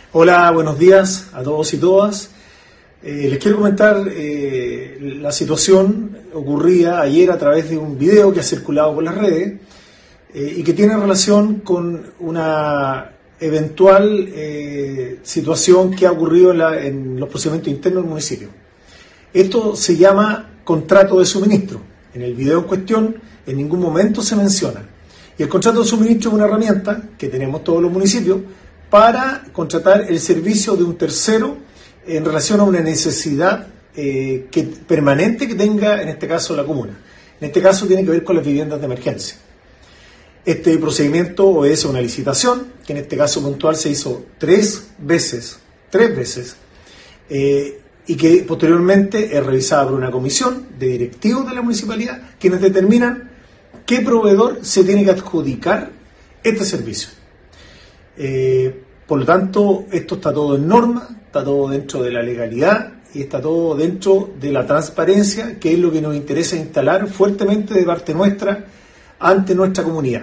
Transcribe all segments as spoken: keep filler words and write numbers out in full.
Hola, buenos días a todos y todas. Eh, les quiero comentar eh, la situación ocurrida ayer a través de un video que ha circulado por las redes eh, y que tiene relación con una eventual eh, situación que ha ocurrido en, la, en los procedimientos internos del municipio. Esto se llama contrato de suministro. En el video en cuestión en ningún momento se menciona. Y el contrato de suministro es una herramienta que tenemos todos los municipios para contratar el servicio de un tercero en relación a una necesidad eh, que, permanente que tenga, en este caso, la comuna. En este caso tiene que ver con las viviendas de emergencia. Este procedimiento obedece a una licitación, que en este caso puntual se hizo tres veces, tres veces, eh, y que posteriormente es revisada por una comisión de directivos de la municipalidad, quienes determinan qué proveedor se tiene que adjudicar este servicio. Eh, por lo tanto, esto está todo en norma, está todo dentro de la legalidad y está todo dentro de la transparencia, que es lo que nos interesa instalar fuertemente de parte nuestra ante nuestra comunidad.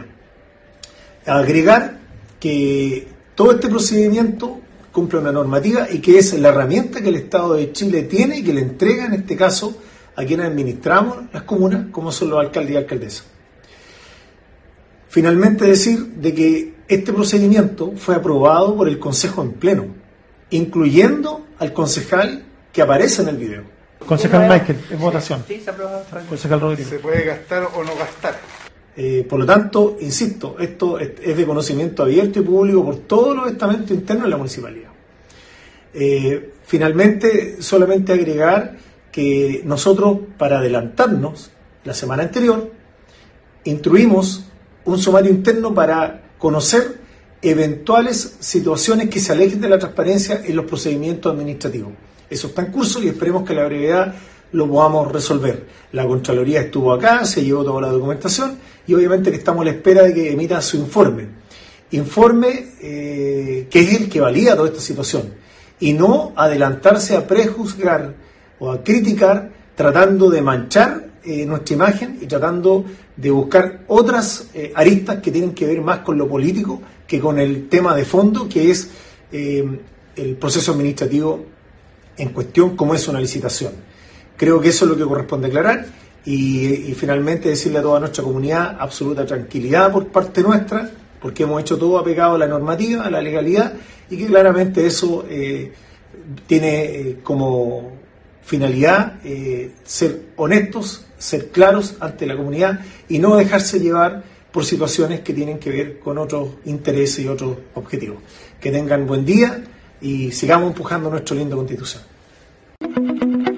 Agregar que todo este procedimiento cumple una normativa y que es la herramienta que el Estado de Chile tiene y que le entrega en este caso a quienes administramos las comunas, como son los alcaldes y alcaldesas. Finalmente decir de que este procedimiento fue aprobado por el Consejo en pleno, incluyendo al concejal que aparece en el video. Concejal Michael, en votación. Sí, se aprueba. Concejal Rodríguez. ¿Se puede gastar o no gastar? Eh, por lo tanto, insisto, esto es, es de conocimiento abierto y público por todos los estamentos internos de la municipalidad. Eh, finalmente, solamente agregar que nosotros, para adelantarnos, la semana anterior, instruimos un sumario interno para conocer eventuales situaciones que se alejen de la transparencia en los procedimientos administrativos. Eso está en curso y esperemos que a la brevedad lo podamos resolver. La Contraloría estuvo acá, se llevó toda la documentación y obviamente que estamos a la espera de que emita su informe. Informe eh, que es el que valida toda esta situación y no adelantarse a prejuzgar o a criticar tratando de manchar eh, nuestra imagen y tratando de buscar otras eh, aristas que tienen que ver más con lo político que con el tema de fondo, que es eh, el proceso administrativo en cuestión, como es una licitación. Creo que eso es lo que corresponde aclarar y, y finalmente decirle a toda nuestra comunidad absoluta tranquilidad por parte nuestra, porque hemos hecho todo apegado a la normativa, a la legalidad, y que claramente eso eh, tiene eh, como finalidad eh, ser honestos, ser claros ante la comunidad y no dejarse llevar por situaciones que tienen que ver con otros intereses y otros objetivos. Que tengan buen día y sigamos empujando nuestra linda Constitución.